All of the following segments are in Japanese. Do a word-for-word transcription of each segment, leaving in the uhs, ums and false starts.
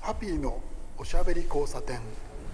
ハピーのおしゃべり交差点。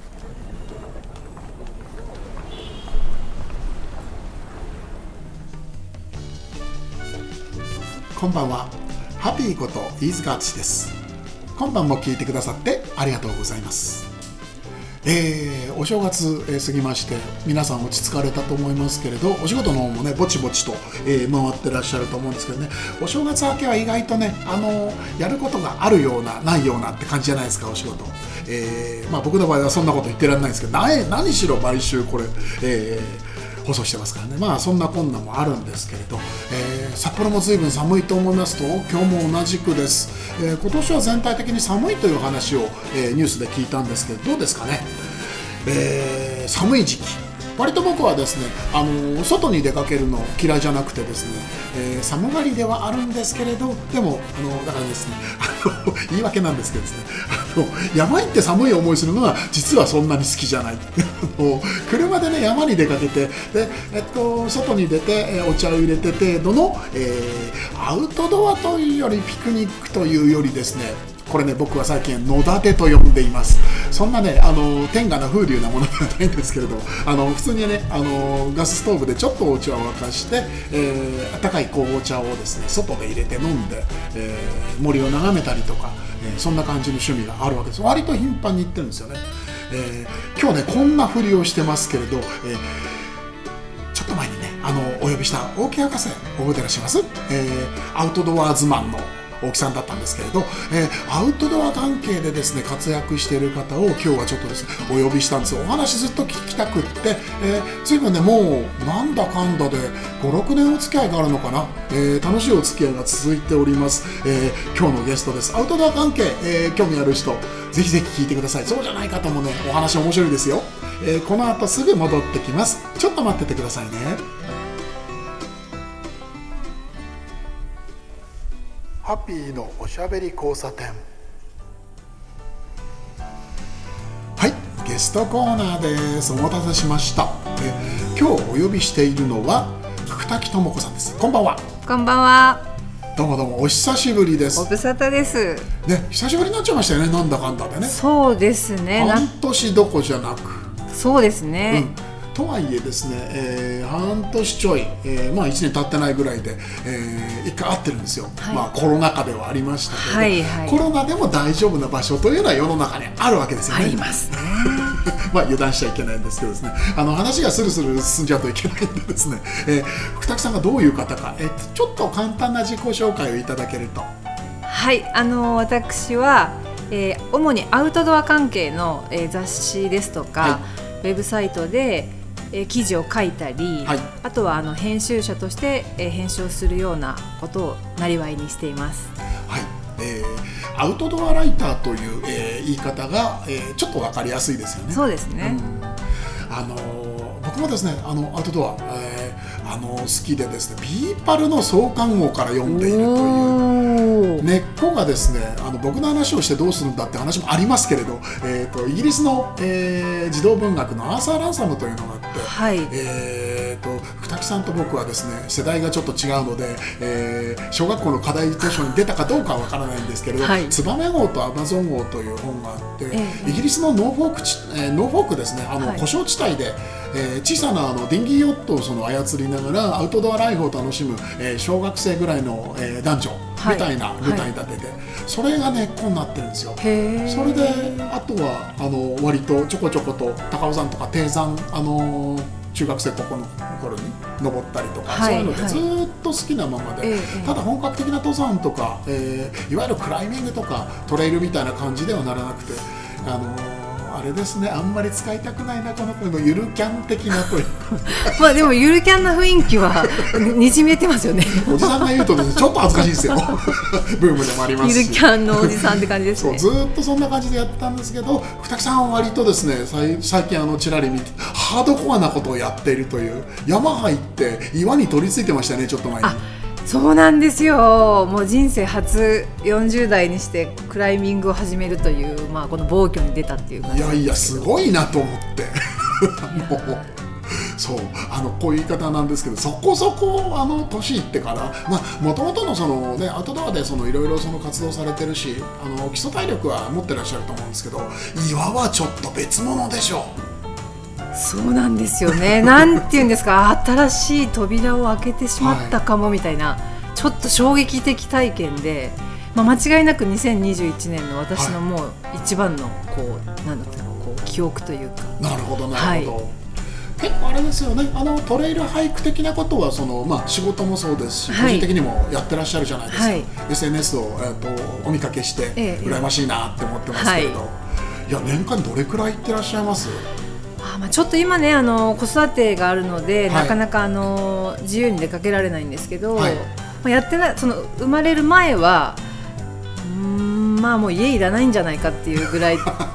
こんばんは。ハピーこと飯塚敦です。今晩も聞いてくださってありがとうございます。えー、お正月、えー、過ぎまして皆さん落ち着かれたと思いますけれど、お仕事の方もねぼちぼちと、えー、回ってらっしゃると思うんですけどね、お正月明けは意外とね、あのー、やることがあるようなないようなって感じじゃないですか、お仕事。えーまあ、僕の場合はそんなこと言ってられないんですけど、何, 何しろ毎週これ、えー、放送してますからね。まあそんなこんなもあるんですけれど、えー、札幌も随分寒いと思いますと、今日も同じくです。えー、今年は全体的に寒いという話を、えー、ニュースで聞いたんですけど、どうですかね。えー、寒い時期、割と僕はですね、あの外に出かけるの嫌いじゃなくてですね、えー、寒がりではあるんですけれど、でもあのだからですね、あの言い訳なんですけどですね、あの山行って寒い思いするのは実はそんなに好きじゃない車でね山に出かけて、で、えっと、外に出てお茶を入れて程度の、えー、アウトドアというよりピクニックというよりですね、これね僕は最近野立てと呼んでいます。そんなねあの天下の風流なものではないんですけれど、あの普通にねあのガスストーブでちょっとお茶を沸かして、えー、温かいこうお茶をですね外で入れて飲んで、えー、森を眺めたりとか、えー、そんな感じの趣味があるわけです。割と頻繁に行ってるんですよね。えー、今日ねこんなふりをしてますけれど、えー、ちょっと前にねあのお呼びした大木博士覚えてらっしゃいます？えー、アウトドアズマンの大木さんだったんですけれど、えー、アウトドア関係でですね活躍している方を今日はちょっとですねお呼びしたんです。お話ずっと聞きたくって、えー、随分ねもうなんだかんだでごろくねんお付き合いがあるのかな、えー、楽しいお付き合いが続いております。えー、今日のゲストです。アウトドア関係、えー、興味ある人ぜひぜひ聞いてください。そうじゃない方もねお話面白いですよ。えー、この後すぐ戻ってきます。ちょっと待っててくださいね。ハッピーのおしゃべり交差点。はい、ゲストコーナーです。お待たせしました。え今日お呼びしているのは福滝智子さんです。こんばんは。 こんばんは。 どうもどうもお久しぶりです。 ご無沙汰です。 ね、久しぶりになっちゃいましたよね、なんだかんだでね。 そうですね。 半年どこじゃなく。 そうですね。 うんとはいえですね、えー、半年ちょい、えー、まあいちねん経ってないぐらいで、えー、一回会ってるんですよ。はい、まあコロナ禍ではありましたけど、はいはい、コロナでも大丈夫な場所というのは世の中にあるわけですよね。 ありますね。 まあ油断しちゃいけないんですけどですね、あの話がスルスル進んじゃうといけないんでですね、えー、福滝さんがどういう方か、えー、ちょっと簡単な自己紹介をいただけると。 はい、あの私は、えー、主にアウトドア関係の、えー、雑誌ですとか、はい、ウェブサイトでえー、記事を書いたり、はい、あとはあの編集者として、えー、編集をするようなことをなりわいにしています。 はい、えー、アウトドアライターという、えー、言い方が、えー、ちょっと分かりやすいですよね。 そうですね。 うん、あのー、僕もですねあのアウトドア、えー、あの好きでですねビーパルの創刊号から読んでいるという根っこがですね、あの僕の話をしてどうするんだって話もありますけれど、えー、とイギリスの、えー、児童文学のアーサー・ランサムというのがあって、はい、えー、と福滝さんと僕はですね世代がちょっと違うので、えー、小学校の課題図書に出たかどうかはわからないんですけれど、はい、ツバメ号とアマゾン号という本があって、えー、イギリスのノーフォーク、えー、ノーフォークですね、あの、はい、故障地帯でえー、小さなあのディンギーヨットをその操りながらアウトドアライフを楽しむ、えー、小学生ぐらいの、えー、男女みたいな舞台立てで、はい、それが根っこになってるんですよ。へそれであとはあの割とちょこちょこと高尾山とか低山、あのー、中学生高校の頃に登ったりとか、はい、そういうのでずっと好きなままで、はい、ただ本格的な登山とか、えー、いわゆるクライミングとかトレイルみたいな感じではならなくて、あのーあれですね、あんまり使いたくないなこの子のゆるキャン的なというまあでもゆるキャンな雰囲気はにじみ出てますよねおじさんが言うとですねちょっと恥ずかしいですよブームでもありますし、 ゆるキャンのおじさんって感じですね。 そうずっとそんな感じでやってたんですけど、福滝さんは割とですね最近あのちらり見てハードコアなことをやっているという、山入って岩に取り付いてましたねちょっと前に。 そうなんですよ。もう人生初よんじゅう代にしてクライミングを始めるという、まあ、この暴挙に出たっていう感じ。 いやいやすごいなと思ってもうそうあのこういう言い方なんですけど、そこそこあの年いってからもともとのその、ね、アウトドアでいろいろ活動されてるし、あの基礎体力は持ってらっしゃると思うんですけど、岩はちょっと別物でしょ。 そうなんですよねなんていうんですか、新しい扉を開けてしまったかもみたいな、はい、ちょっと衝撃的体験で、まあ、間違いなくにせんにじゅういちねんの私のもう一番のこう、はい、なんだったのこう記憶というか。 なるほどなるほど、はい、結構あれですよね、あのトレイルハイク的なことはその、まあ、仕事もそうですし、はい、個人的にもやってらっしゃるじゃないですか、はい、エスエヌエス を、えー、とお見かけして、ええ、羨ましいなって思ってますけれど、はい、いや年間どれくらい行ってらっしゃいます？ あ、まあ、ちょっと今ねあの子育てがあるので、はい、なかなかあの自由に出かけられないんですけど、はい、まあ、やってないその生まれる前はうーんまあもう家いらないんじゃないかっていうぐらい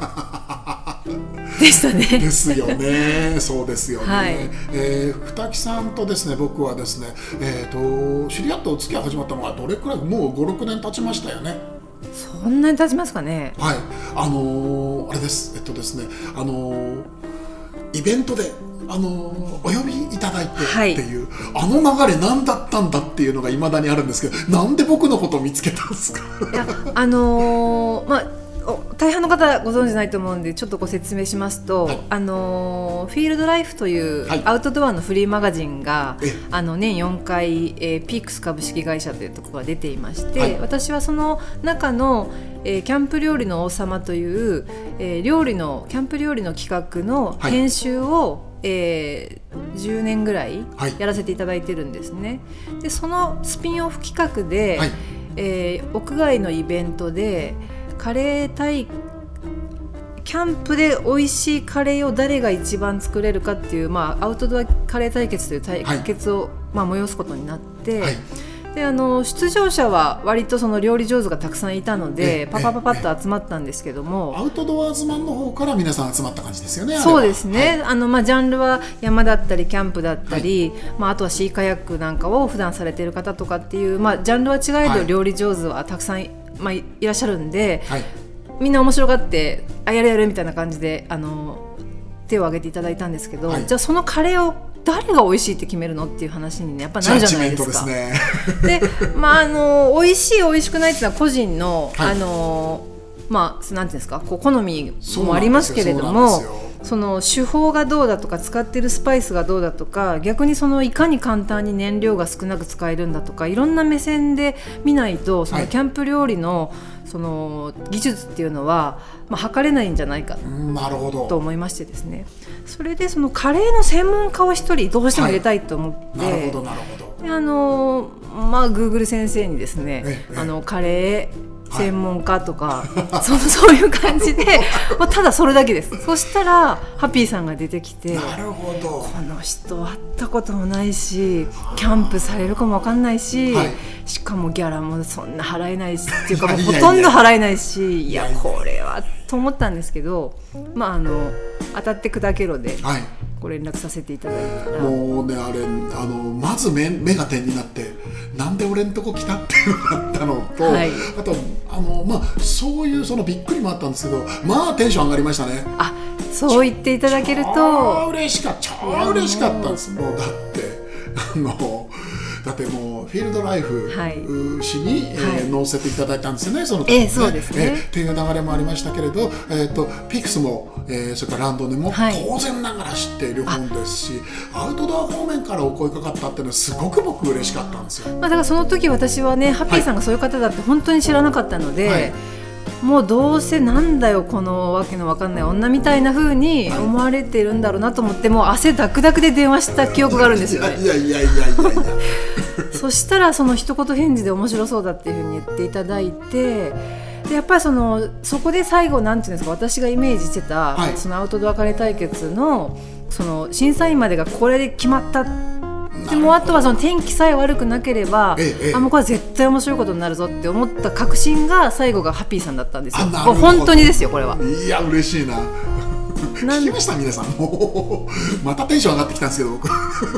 でしたね。 ですよね。そうですよね。はい、えー、二木さんとですね、僕はですね、えー、と知り合ってお付き合い始まったのはどれくらい、もうご、ろくねん経ちましたよね。 そんなに経ちますかね。 はい、あのー、あれです。えっとですね、あのー、イベントで。あのお呼びいただいてっていう、はい、あの流れ何だったんだっていうのがいまだにあるんですけど、なんで僕のことを見つけたんですか？ いや、あのー、まあ大半の方ご存じないと思うんでちょっとご説明しますと、はい、あのフィールドライフというアウトドアのフリーマガジンが、はい、あの年よんかい、えー、ピークス株式会社というところが出ていまして、はい、私はその中の、えー、キャンプ料理の王様という、えー、料理のキャンプ料理の企画の編集を、はい、えー、じゅうねんぐらいやらせていただいてるんですね。でそのスピンオフ企画で、はい、えー、屋外のイベントでカレー対キャンプで美味しいカレーを誰が一番作れるかっていう、まあ、アウトドアカレー対決という対決を、はい、まあ、催すことになって、はい、であの出場者は割とその料理上手がたくさんいたのでパパパパッと集まったんですけども、 アウトドアズマンの方から皆さん集まった感じですよね。 そうですね、はい、あのまあ、ジャンルは山だったりキャンプだったり、はい、まあ、あとはシーカヤックなんかを普段されている方とかっていう、まあ、ジャンルは違えど料理上手はたくさん、まあ、いらっしゃるんで、はい、みんな面白がってあやるやるみたいな感じであの手を挙げていただいたんですけど、はい、じゃあそのカレーを誰が美味しいって決めるのっていう話に、ね、やっぱなるじゃないですか。ジャッジメントですね。で、まあ、あの美味しい美味しくないっていうのは個人の、はい、あのまあ、なんていうんですか、こう好みもありますけれども、その手法がどうだとか使ってるスパイスがどうだとか、逆にそのいかに簡単に燃料が少なく使えるんだとか、いろんな目線で見ないとそのキャンプ料理の、はい、その技術っていうのは、まあ、測れないんじゃないかと思いましてですね、それでそのカレーの専門家を一人どうしても入れたいと思って、はい、なるほどなるほど、であのまあ Google 先生にですね、ええ、あのカレー専門家とか、はい、そ, そういう感じでただそれだけです。そしたらハッピーさんが出てきて、 なるほど、 この人会ったこともないしキャンプされるかも分かんないし、はい、しかもギャラもそんな払えないしっていうかもうほとんど払えないし、いやこれはと思ったんですけど、まああの当たって砕けろで、はい、ご連絡させていただいたら、 もうねあれあのまず 目, 目が点になって、なんで俺んとこ来たっていうのがあったのと、はい、あとあの、まあ、そういうそのびっくりもあったんですけど、まあテンション上がりましたね。 あ、そう言っていただけると超嬉しかった超嬉しかったんです。もうだってあのだってもうフィールドライフ氏に、はい、えー、載せていただいたんですよね、その時ね、 えー、そうですね、 えー、っていう流れもありましたけれど、えー、とピクスも、えー、それからランドネも、はい、当然ながら知っている本ですし、アウトドア方面からお声かかったっていうのはすごく僕嬉しかったんですよ。 まあ、だからその時私はね、ハッピーさんがそういう方だって本当に知らなかったので、はい、もうどうせなんだよこのわけのわかんない女みたいな風に思われてるんだろうなと思って、もう汗ダクダクで電話した記憶があるんですよね。 いやいやいやいやいやそしたらその一言返事で面白そうだっていう風に言っていただいて、でやっぱり そのそこで最後なんていうんですか、私がイメージしてた、はい、そのアウトドアカレー対決のその審査員までがこれで決まった。でもあとはその天気さえ悪くなければ、ええ、あもうこれは絶対面白いことになるぞって思った確信が最後がハッピーさんだったんですよ。本当にですよこれは。 いや嬉しいな。聞きました皆さん。もうまたテンション上がってきたんですけど僕。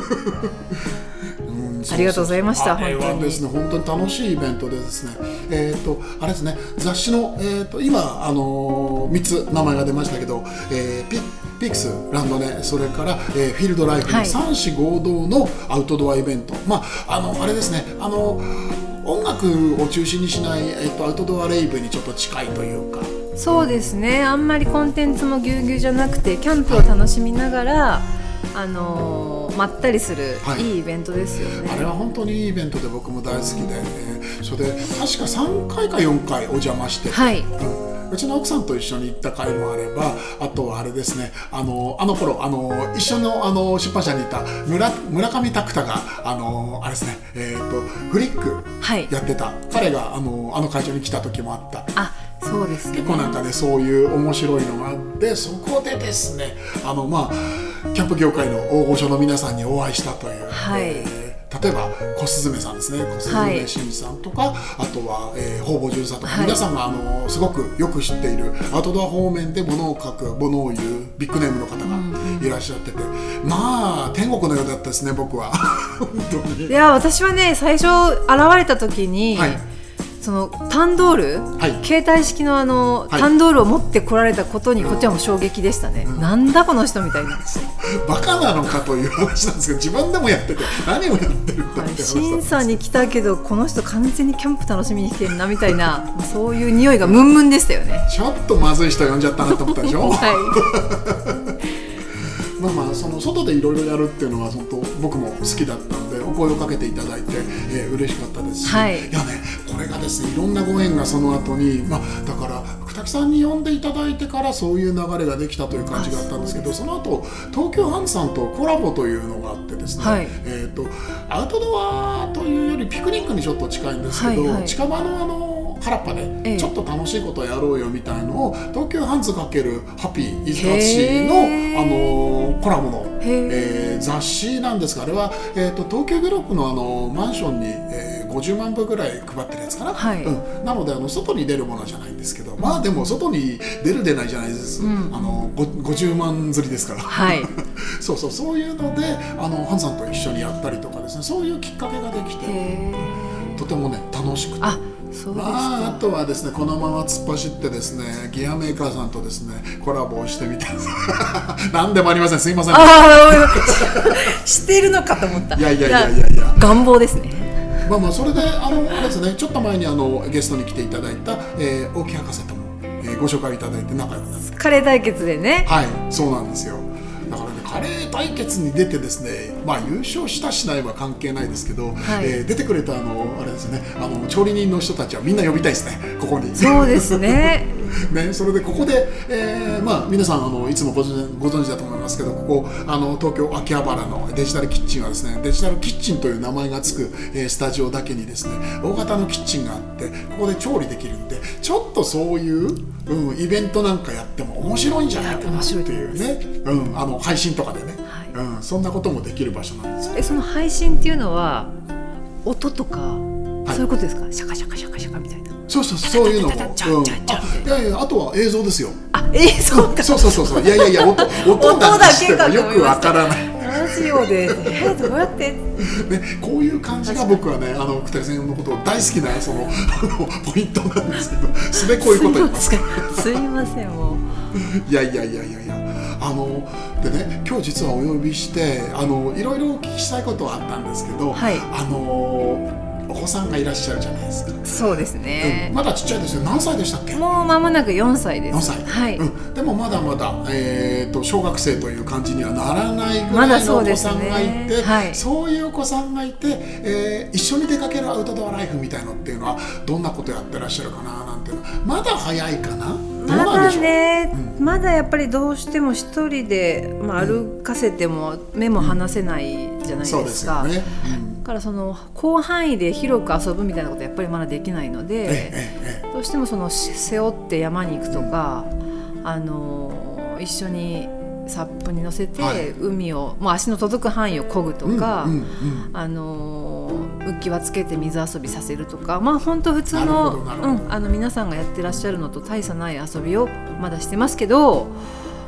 ありがとうございました。 あれはですね、本当に楽しいイベントでですね、えーと、あれですね、雑誌の、えーと、今、あのー、みっつ名前が出ましたけど、えー、ピピークスランドね、それから、えー、フィールドライフのさん子合同のアウトドアイベント、はい、まああのあれですね、あの音楽を中心にしない、えー、とアウトドアレイブにちょっと近いというか。 そうですね、あんまりコンテンツもぎゅうぎゅうじゃなくてキャンプを楽しみながら、はい、あのー、まったりする、はい、いいイベントですよね。 あれは本当にいいイベントで僕も大好きで、えー、それで確かさんかいかよんかいお邪魔してて、はい、うん、うちの奥さんと一緒に行った回もあれば、あとはあれですね、あのあの頃あの一緒の、あの出版社にいた 村, 村上拓太があのあれですね、えー、とフリックやってた、はい、彼があのあの会場に来た時もあった。 あ、そうですね、 結構なんかね、そういう面白いのがあって、そこでですね、あのまあキャンプ業界の大御所の皆さんにお会いしたという、はい、えー、例えば小雀さんですね、小雀慎さんとか、はい、あとは、えー、方々巡査とか、はい、皆さんがあのすごくよく知っているアウトドア方面で物を書く、物を言うビッグネームの方がいらっしゃってて、うん、まあ天国のようだったですね、僕は。本当に。いや、私はね、最初現れた時に、はい、そのタンドール、はい、携帯式のあの、はい、タンドールを持ってこられたことにこっちはもう衝撃でしたね、うん、なんだこの人みたいな。 バカなのかという話なんですけど、自分でもやってて何をやってるんだって話なんです。 審査に来たけどこの人完全にキャンプ楽しみに来てるなみたいなそういう匂いがムンムンでしたよね。 ちょっとまずい人呼んじゃったなと思ったでしょ。はいまあまあその外でいろいろやるっていうのは本当僕も好きだったので、お声をかけていただいて、えー、嬉しかったですし、はい、いやね、これがですね、いろんなご縁がその後に、まあ、だから福滝さんに呼んでいただいてからそういう流れができたという感じがあったんですけど、その後東京ハンズさんとコラボというのがあってですね、はい、えーと、アウトドアというよりピクニックにちょっと近いんですけど、はいはい、近場のあの原っぱでちょっと楽しいことをやろうよみたいのを、東京ハンズ×ハッピーイズガッシーの、あのコラボの、えー、雑誌なんですが、あれは、えー、と東京グループの、あのマンションに、えー、ごじゅうまんぶぐらい配ってるやつかな、はい、うん、なのであの外に出るものじゃないんですけど、まあでも外に出る出ないじゃないです、うん、あのごじゅうまん釣りですから、はい、そうそう、そういうのであのハンさんと一緒にやったりとかですね、そういうきっかけができてとてもね楽しくて、あ、そうですか。まあ、あとはですね、このまま突っ走ってですね、ギアメーカーさんとですねコラボをしてみたなんでもありません、すいません。あしているのかと思った。 いやいやいやいやいや、 願望ですね。 まあまあそれであのあれですね、ちょっと前にあのゲストに来ていただいた、えー、大木博士とも、えー、ご紹介いただいて仲良くなって、 カレー対決でね。 はい、そうなんですよ。だからね、カレー対決に出てですね、まあ優勝したしないは関係ないですけど、はい、えー、出てくれたあのあれですね、あの調理人の人たちはみんな呼びたいですね、ここに。 そうですね。 ね、それでここで、えー、まあ皆さんあのいつもご存ご存知だと思いますけど、ここあの東京秋葉原のデジタルキッチンはですね、デジタルキッチンという名前がつく、えー、スタジオだけにですね、大型のキッチンがあって、ここで調理できるんで、ちょっとそういう、うん、イベントなんかやっても面白いんじゃないかなっていうね、うん、あの配信とかでね、はい、うん、そんなこともできる場所なんですよ。 え、その配信っていうのは音とか、はい、そういうことですか？シャカシャカシャカシャカみたいな。 そうそうそう、そういうのも、うん、あ、いやいや、あとは映像ですよ。 あ、映像か。 そうそうそうそう、いやいやいや、音音だけしてもよくわからない。 ラジオで、え、どうやって？ね、 こういう感じが僕はね、あの福谷さんのことを大好きなそのポイントなんですけど、すべこういうこと言います。 すいません、もう。いやいやいやいやいや、あのでね、今日実はお呼びして、あのいろいろお聞きしたいことはあったんですけど、はい、あの。お子さんがいらっしゃるじゃないですか。 そうですね、 うん、まだちっちゃいですよ。何歳でしたっけ？ もう間もなくよんさいです。 よんさい、はい、うん、でもまだまだ、えー、と小学生という感じにはならないぐらいのお子さんがいて、まだそうですね、はい、そういうお子さんがいて、えー、一緒に出かけるアウトドアライフみたいのっていうのはどんなことやってらっしゃるかななんていうのはまだ早いかな。 まだね、うん、まだやっぱりどうしても一人で、まあ、歩かせても目も離せないじゃないですか、うん、そうですよね、うん、だからその広範囲で広く遊ぶみたいなことはやっぱりまだできないので、えええ、どうしてもその背負って山に行くとか、うん、あの一緒にサップに乗せて海を、はい、もう足の届く範囲を漕ぐとか、うんうんうん、あの浮き輪つけて水遊びさせるとか、まあ本当普通の、うん、あの皆さんがやってらっしゃるのと大差ない遊びをまだしてますけど、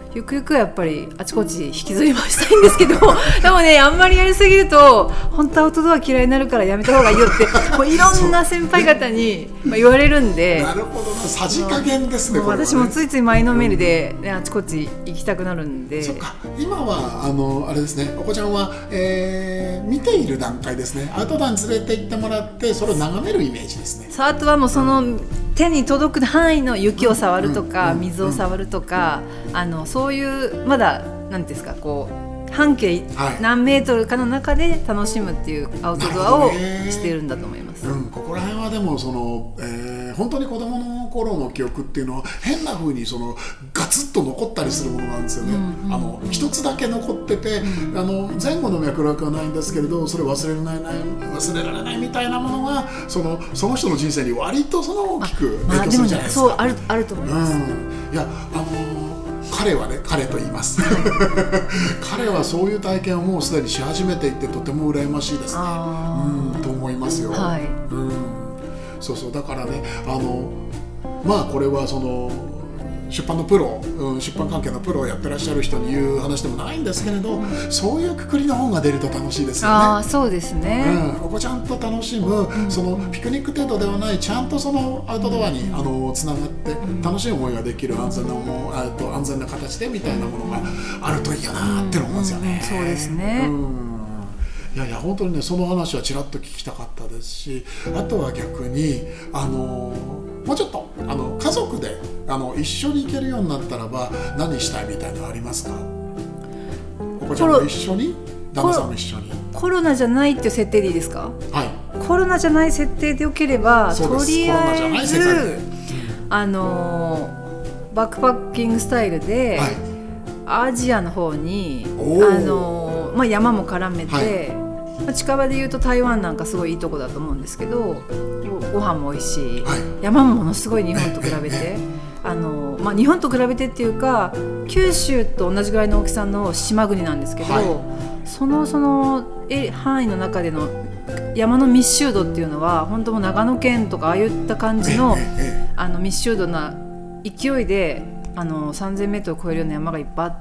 ゆくゆくはやっぱりあちこち引きずり回したいんですけどでもねあんまりやりすぎると本当アウトドア嫌いになるからやめた方がいいよってもういろんな先輩方に言われるんでなるほどな、さじ加減ですね。 もう私もついつい前のめりで、ね、あちこち行きたくなるんで。 そっか、今はあのあれですね、お子ちゃんは、えー、見ている段階ですね。アウトドアに連れて行ってもらってそれを眺めるイメージですね。 さあ、あとはもうその、うん、手に届く範囲の雪を触るとか、うん、水を触るとか、うん、あのそういうまだなんていうんですか、こう半径何メートルかの中で楽しむっていうアウトドアをしてるんだと思います、 うん、ここら辺はでもその、えー、本当に子供の頃の記憶っていうのは変な風にそのガツッと残ったりするものなんですよね、うんうん、あの一つだけ残ってて、うん、あの前後の脈絡はないんですけれどそれ忘れられない忘れられないみたいなものがその、その人の人生に割とその大きく影響するじゃないですか。 まあまあ、でもね、そうある、あると思います、うん、 いやあの彼はね、彼と言います彼はそういう体験をもうすでにし始めていてとても羨ましいですね、うん、と思いますよ、はい、うん、そうそう、だからね、あのまあこれはその出版のプロ、うん、出版関係のプロをやってらっしゃる人に言う話でもないんですけれど、うん、そういうくくりの本が出ると楽しいですよね。 あ、そうですね、 うん、お子ちゃんと楽しむ、うん、そのピクニック程度ではないちゃんとそのアウトドアに、うん、あのつながって楽しい思いができる安全なもの、と安全な形でみたいなものがあるといいよなって思うんですよね、 うんうん、そうですね、うん、 いやいや本当にね、その話はちらっと聞きたかったですし、あとは逆にあのもうちょっとあの家族であの一緒に行けるようになったらば何したいみたいなのありますか？お子ちゃんも一緒に、旦那さんも一緒に。 コロナじゃないっていう設定でいいですか？ はい。 コロナじゃない設定でよければ、とりあえず、うん、あのバックパッキングスタイルで、はい、アジアの方にあの、まあ、山も絡めて、はい、近場でいうと台湾なんかすごいいいとこだと思うんですけど、ご飯も美味しい、はい、山もものすごい日本と比べてあの、まあ、日本と比べてっていうか九州と同じぐらいの大きさの島国なんですけど、はい、そのそのえ範囲の中での山の密集度っていうのは本当も長野県とかああいった感じ の, あの密集度な勢いであのさんぜんメートルを超えるような山がいっぱいあって、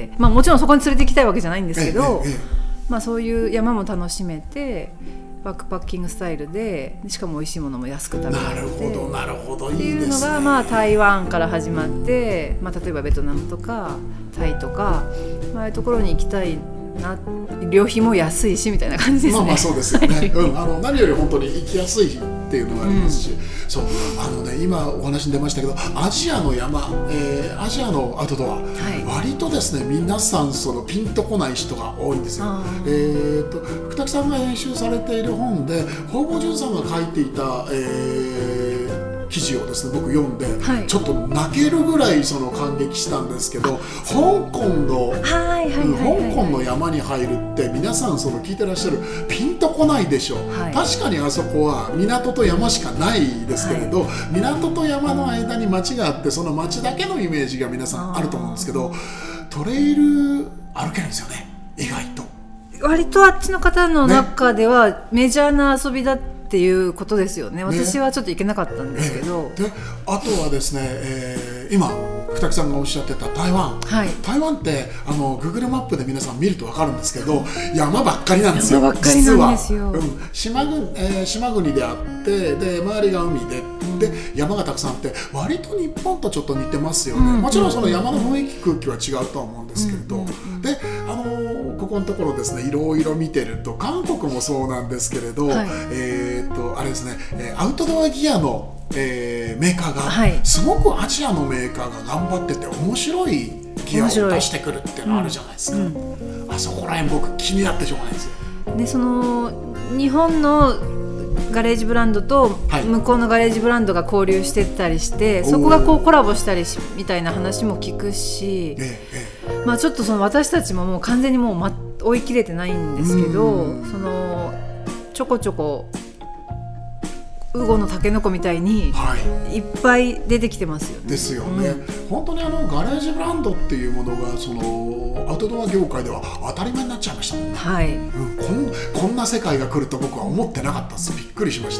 まあ、もちろんそこに連れて行きたいわけじゃないんですけど、まあ、そういう山も楽しめてバックパッキングスタイルで、しかも美味しいものも安く食べられて、なるほどなるほど、いいですねっていうのが、まあ、台湾から始まって、まあ、例えばベトナムとかタイとか、まあ、ああいうところに行きたいな、旅費も安いしみたいな感じですね。 まあまあそうですよね、うん、あの何より本当に行きやすいっていうのがありますし、うん、そうあのね、今お話に出ましたけどアジアの山、えー、アジアのアウトドア、はい、割とですね皆さんそのピンとこない人が多いんですよ。えー、と福滝さんが編集されている本で方々潤さんが書いていた、えー記事をですね僕読んで、はい、ちょっと泣けるぐらいその感激したんですけど、香港の香港の山に入るって皆さんその聞いてらっしゃるピンとこないでしょう、はい、確かにあそこは港と山しかないですけれど、はい、港と山の間に町があってその町だけのイメージが皆さんあると思うんですけど、トレイル歩けるんですよね意外と。 割とあっちの方の中ではメジャーな遊びだってっていうことですよね。私はちょっと行けなかったんですけど、 ねえー、であとはですね、えー、今福滝さんがおっしゃってた台湾、はい、台湾ってあの Google マップで皆さん見ると分かるんですけど山ばっかりなんですよ。 山ばっかりなんですよ、 実は、うん、島国、えー、島国であってで周りが海で、うん、で山がたくさんあって割と日本とちょっと似てますよね、うん、もちろんその山の雰囲気空気は違うとは思うんですけれど、うん、であのー、ここのところですねいろいろ見てると韓国もそうなんですけれど、はい、えー、っとあれですね、アウトドアギアのえー、メーカーが、はい、すごくアジアのメーカーが頑張ってて面白いギアを出してくるっていうのあるじゃないですか、うんうん、あそこら辺僕気になってしょうがないですよ。 でその日本のガレージブランドと向こうのガレージブランドが交流してったりして、はい、そこがこうコラボしたりしみたいな話も聞くし、ええまあ、ちょっとその私たちももう完全にもう、ま、追い切れてないんですけど、そのちょこちょこウゴのタケノコみたいにいっぱい出てきてますよね。 ですよね、うん、本当にあのガレージブランドっていうものがそのアウトドア業界では当たり前になっちゃいましたもんね、 はい、 うん、こん、こんな世界が来ると僕は思ってなかったです。びっくりしました。 で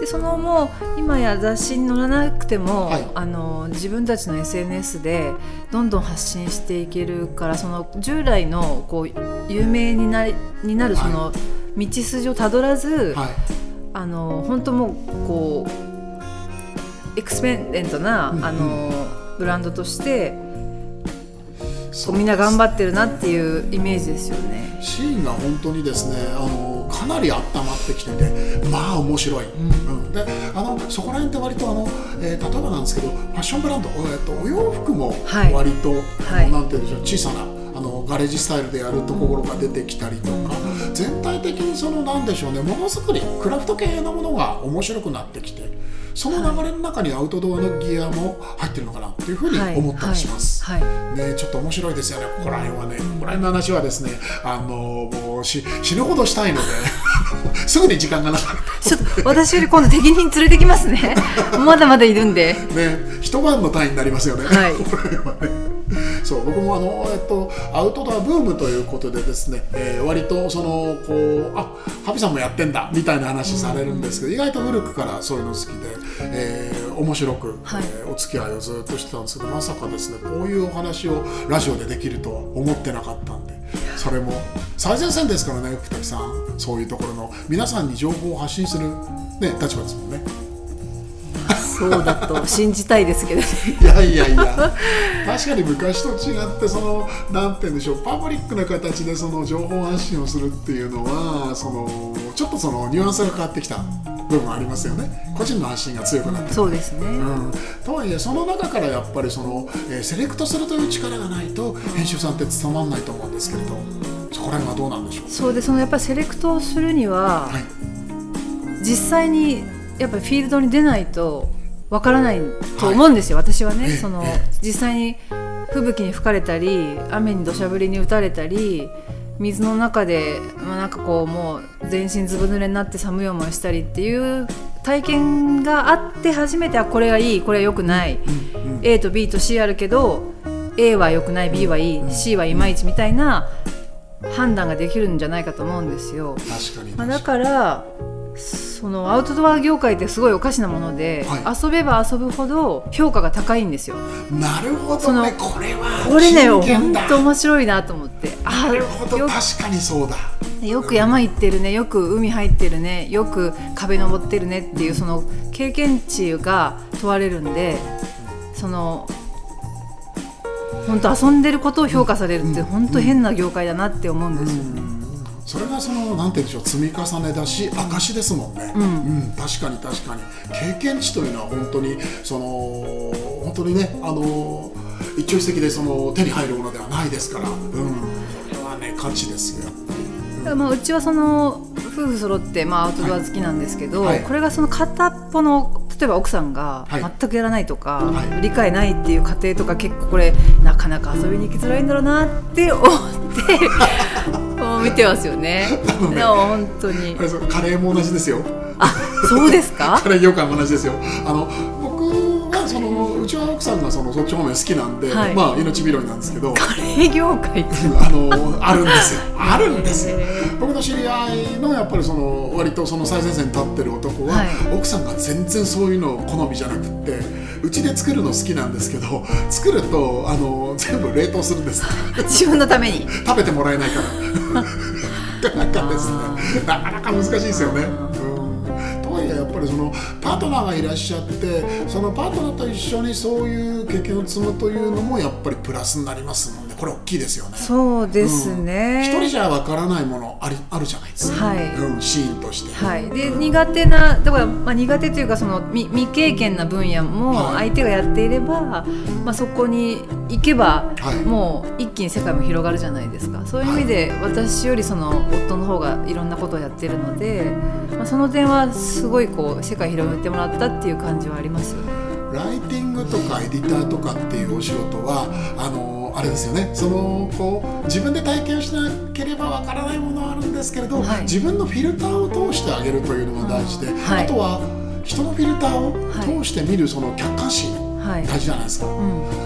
そのもう今や雑誌に載らなくても、 はい、 あの自分たちの エスエヌエス でどんどん発信していけるから、その従来のこう有名に な, になるその道筋をたどらず、はい、あの本当もうこうエクスペンデントな、うんうん、あのブランドとしてこうみんな頑張ってるなっていうイメージですよね。 シーンが本当にですね、あのかなり温まってきてて、まあ面白い、うんうん、であのそこら辺って割とあの、えー、例えばなんですけど、ファッションブランド、えー、とお洋服も割と、はい、なんていうんでしょう、小さなあのガレージスタイルでやるところが出てきたりとか、うん、全体的にそのなんでしょうね、ものづくり、クラフト系のものが面白くなってきて、その流れの中にアウトドアのギアも入ってるのかなっていうふうに思ったりします、はいはいはいね、ちょっと面白いですよね、ここら辺はね、ここら辺の話はですね、あのもうし死ぬほどしたいのですぐに時間がなかった。 ちょっと私より今度適任連れてきますねまだまだいるんで、 ね、一晩の単位になりますよね、はい、これはね。そう僕もあの、えっと、アウトドアブームということでですね、えー、割とそのこうあハビさんもやってんだみたいな話されるんですけど、意外と古くからそういうの好きで、えー、面白く、はいえー、お付き合いをずっとしてたんですけど、まさかですね、こういうお話をラジオでできるとは思ってなかったんで、それも最前線ですからね、福滝さん、そういうところの皆さんに情報を発信する、ね、立場ですもんね。 そうだと信じたいですけどねいやいやいや、確かに昔と違って、そのなんて言うんでしょう、パブリックな形でその情報発信をするっていうのは、そのちょっとそのニュアンスが変わってきた部分ありますよね。個人の発信が強くなって、 そうですね、うん、 とはいえその中からやっぱりその、えー、セレクトするという力がないと編集さんって務まらないと思うんですけれど、そこら辺はどうなんでしょう。 そうで、そのやっぱりセレクトをするには、はい、実際にやっぱりフィールドに出ないとわからないと思うんですよ、はい、私はね、その実際に吹雪に吹かれたり、雨に土砂降りに打たれたり、水の中で、まあ、なんかこうもう全身ずぶ濡れになって寒い思いしたりっていう体験があって初めて、あ、これがいい、これは良くない、うんうん、A と B と C あるけど A は良くない、 B はいい、 C はいまいちみたいな判断ができるんじゃないかと思うんですよ。 確かに、 まあ、だからそのアウトドア業界ってすごいおかしなもので、はい、遊べば遊ぶほど評価が高いんですよ。 なるほどね、これはこれね、本当面白いなと思って。 なるほど、確かにそうだ。 よく山行ってるね、よく海入ってるね、よく壁登ってるねっていうその経験値が問われるんで、その本当遊んでることを評価されるって本当変な業界だなって思うんですよね、うんうん。 それがそのなんて言うんでしょう、積み重ねだし証ですもんね、うんうん、確かに確かに経験値というのは本当にその本当にね、あの一朝一夕でその手に入るものではないですから、うん、これはね価値ですよ。 うん、まあ、うちはその夫婦揃って、まあ、アウトドア好きなんですけど、はいはい、これがその片っぽの例えば奥さんが全くやらないとか、はい、理解ないっていう家庭とか結構これなかなか遊びに行きづらいんだろうなって思ってもう見てますよね。でも本当にカレーも同じですよ。 あ、そうですか。 カレー業界も同じですよ。あの僕はそのうちは奥さんがそのそっち方面好きなんで、はい、まあ命拾いなんですけど、 カレー業界ってあのあるんですよ。あるんですよ。僕の知り合いのやっぱりその割とその最前線に立ってる男は、はい、奥さんが全然そういうの好みじゃなくって、うちで作るの好きなんですけど、作るとあの全部冷凍するんです。 自分のために食べてもらえないからなかなかですね、なかなか難しいですよね。やっぱりそのパートナーがいらっしゃって、そのパートナーと一緒にそういう経験を積むというのもやっぱりプラスになりますので、これ大きいですよね。 そうですね、 うん、一人じゃわからないものありあるじゃないですか、はい、うん、シーンとして、 はい、で苦手なだから、まあ、苦手というかその 未, 未経験な分野も相手がやっていれば、はい、まあ、そこに行けば、はい、もう一気に世界も広がるじゃないですか。そういう意味で、はい、私よりその夫の方がいろんなことをやっているので、まあ、その点はすごいこう世界広めてもらったっていう感じはありますよね。 ライティングとかエディターとかっていうお仕事はあのあれですよね、そのこう自分で体験しなければわからないものはあるんですけれど、はい、自分のフィルターを通してあげるというのが大事で、はい、あとは人のフィルターを通して見るその客観視、はい、大事じゃないですか、うん、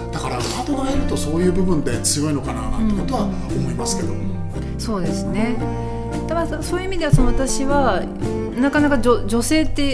だからパートナーがいるとそういう部分で強いのかななんてことは思いますけど、うんうん、 そうですね。だからそういう意味ではその私はなかなか 女, 女性って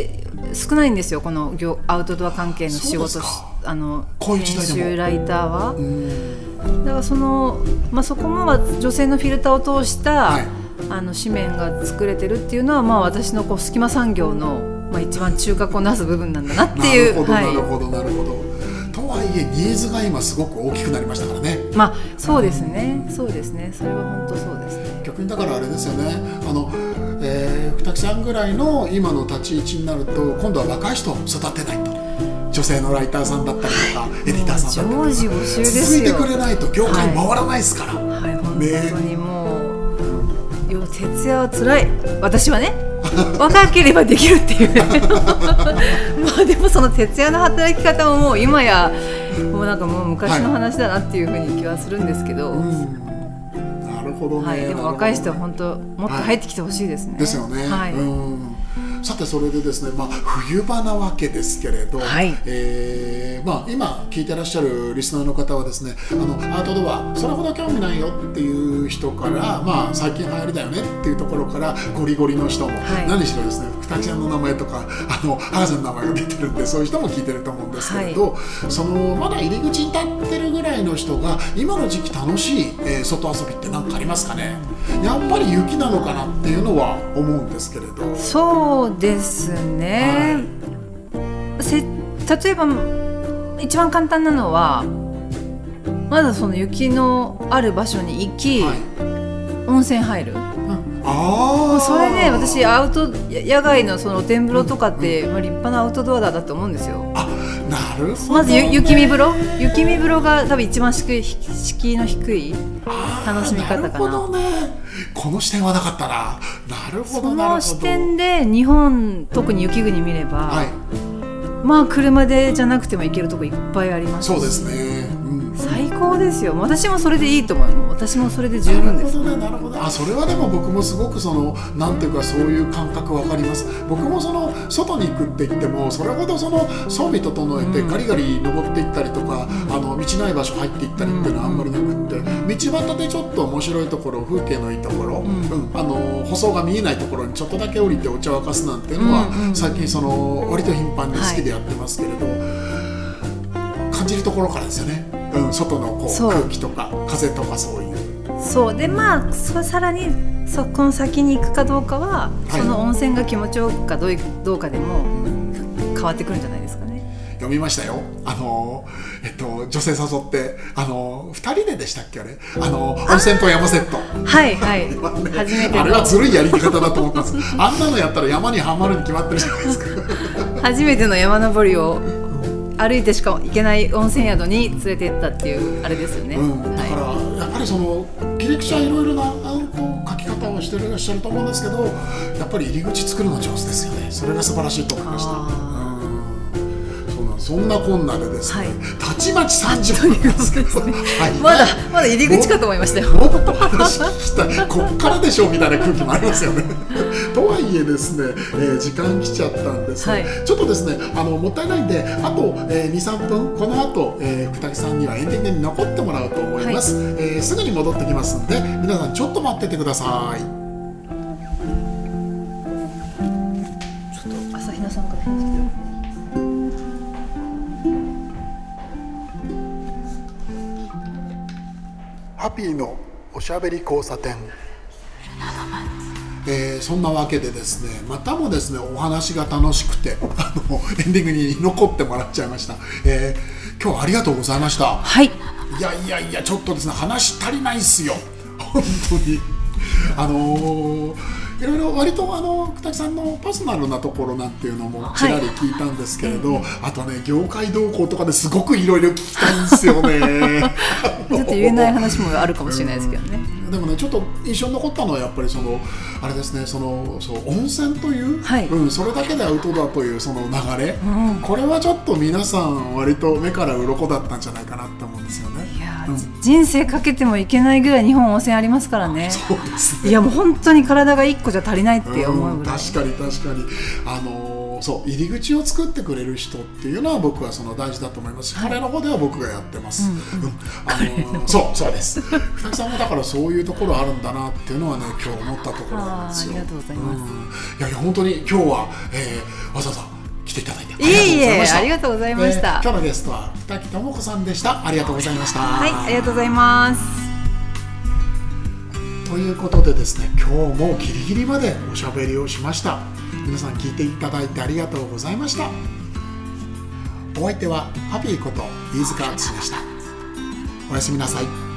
少ないんですよ、この業アウトドア関係の仕事、あの編集ライターは。だからその、まあ、そこも女性のフィルターを通した、はい、あの紙面が作れてるっていうのは、まあ、私のこう隙間産業の、まあ、一番中核をなす部分なんだなっていう。 なるほど、はい、なるほどなるほど。とはいえニーズが今すごく大きくなりましたからね。 まあそうですね、そうですね、それは本当そうですね。 逆にだからあれですよね、あの、えー、二木さんぐらいの今の立ち位置になると今度は若い人を育てないと、女性のライターさんだったりとか、はい、エディターさんだったりとか、常時募集ですよ。続いてくれないと業界回らないですから、はいはい、本当にもう、ね、徹夜は辛い。私はね若ければできるっていうまあでもその徹夜の働き方ももう今やもうなんかもう昔の話だなっていうふうに気はするんですけど、はい、うん、 なるほどね、 はい、でも若い人は本当もっと入ってきてほしいですね、はい、 ですよね、はい、うん。さてそれでですね、まあ、冬場なわけですけれど、はい、えーまあ、今聞いてらっしゃるリスナーの方はですね、あのアウトドアそれほど興味ないよっていう人から、まあ、最近流行りだよねっていうところからゴリゴリの人も、はい、何しろですね、二木ちゃんの名前とかあの博士の名前が出てるんで、そういう人も聞いてると思うんですけれど、はい、そのまだ入り口に立ってるぐらいの人が今の時期楽しい、えー、外遊びって何かありますかね。やっぱり雪なのかなっていうのは思うんですけれど。 そうですね、はい、せ例えば一番簡単なのはまずその雪のある場所に行き、はい、温泉入る、うん、あそれで、ね、私アウト野外のその露天風呂とかって、うんうん、まあ、立派なアウトドアだと思うんですよ。 あ、なるほど、ね、 まず雪見風呂雪見風呂が多分一番敷居の低い楽しみ方かな。なるほどね、 この視点はなかったな。なるほど、 その視点で日本特に雪国見れば、はい、まあ車でじゃなくても行けるとこいっぱいありますし。 そうですね、うん、 最高ですよ。私もそれでいいと思う。私もそれで十分です。 なるほどね、なるほど。あ、それはでも僕もすごくそのなんていうかそういう感覚わかります。僕もその外に行くって言ってもそれほどその装備整えてガリガリ登っていったりとか、うん、あの道ない場所入っていったりっていうのはあんまりなくって、うん、道端でちょっと面白いところ、風景のいいところ、うんうん、あの舗装が見えないところにちょっとだけ降りてお茶を沸かすなんていうのは、うんうん、最近その割と頻繁に好きでやってますけれど、はい、感じるところからですよね。うん、外のこう空気とか風とかそういう。 そうで、まあそさらにそこの先に行くかどうかは、はい、その温泉が気持ちよくかどうどうかでも変わってくるんじゃないですかね。 読みましたよ。あのえっと女性誘ってあのふたりででしたっけあれ、あの温泉と山セット。はいはい。ね、初めてあれはずるいやり方だと思ったんです。あんなのやったら山にはまるに決まってるじゃないですか。 初めての山登りを歩いてしか行けない温泉宿に連れて行ったっていうあれですよね、うん、 だから、はい、やっぱりその切り口はいろいろなこう書き方をしてらっしゃると思うんですけど、やっぱり入り口作るの上手ですよね。それが素晴らしいと思いました。そんなこんなでですね、はい、たちまちさんじゅっぷんですけど、ね、はい、 まだまだ入り口かと思いましたよ。 もっと話聞きたい、こっからでしょみたいな空気もありますよね。とはいえですね、えー、時間来ちゃったんですが、はい、ちょっとですねあのもったいないんであと、えー、にさんぷんこの後、えー、福武さんにはエンディングに残ってもらうと思います、はい、えー、すぐに戻ってきますんで皆さんちょっと待っててください。 ちょっと朝比奈さんから返事してよ。 ハピーのおしゃべり交差点、えー、そんなわけでですねまたもですねお話が楽しくてあのエンディングに残ってもらっちゃいました、えー、今日はありがとうございました。 はい、いやいやいやちょっとですね話足りないっすよ本当に。あのーいろいろ割とあの福武さんのパーソナルなところなんていうのもちらり聞いたんですけれど、はい、あとね業界動向とかですごくいろいろ聞きたいんですよね。 ちょっと言えない話もあるかもしれないですけどね。 でもねちょっと印象に残ったのはやっぱりそのあれですね、そのそう温泉という、はい、うん、それだけでアウトドアというその流れ、うん、これはちょっと皆さん割と目から鱗だったんじゃないかなって思うんですよね。 いや、うん、人生かけてもいけないぐらい日本温泉ありますからね。 そうですね。 いやもう本当に体がいっこじゃ足りないって思うぐらい、うん、 確かに確かにあのーそう入り口を作ってくれる人っていうのは僕はその大事だと思いますし、はい、彼の方では僕がやってます、うんうん、あのー、そうそうです福武さんもだからそういうところあるんだなっていうのはね今日思ったところなんですよ。 ありがとうございます、うん、 いやいや本当に今日は、えー、わざわざ来来ていただいていえいえ、ありがとうございました。 えー、今日のゲストは二木智子さんでした。ありがとうございました。 はい、ありがとうございます。 ということでですね、今日もギリギリまでおしゃべりをしました。皆さん聞いていただいてありがとうございました。お相手はハッピーこと飯塚敦でした。おやすみなさい。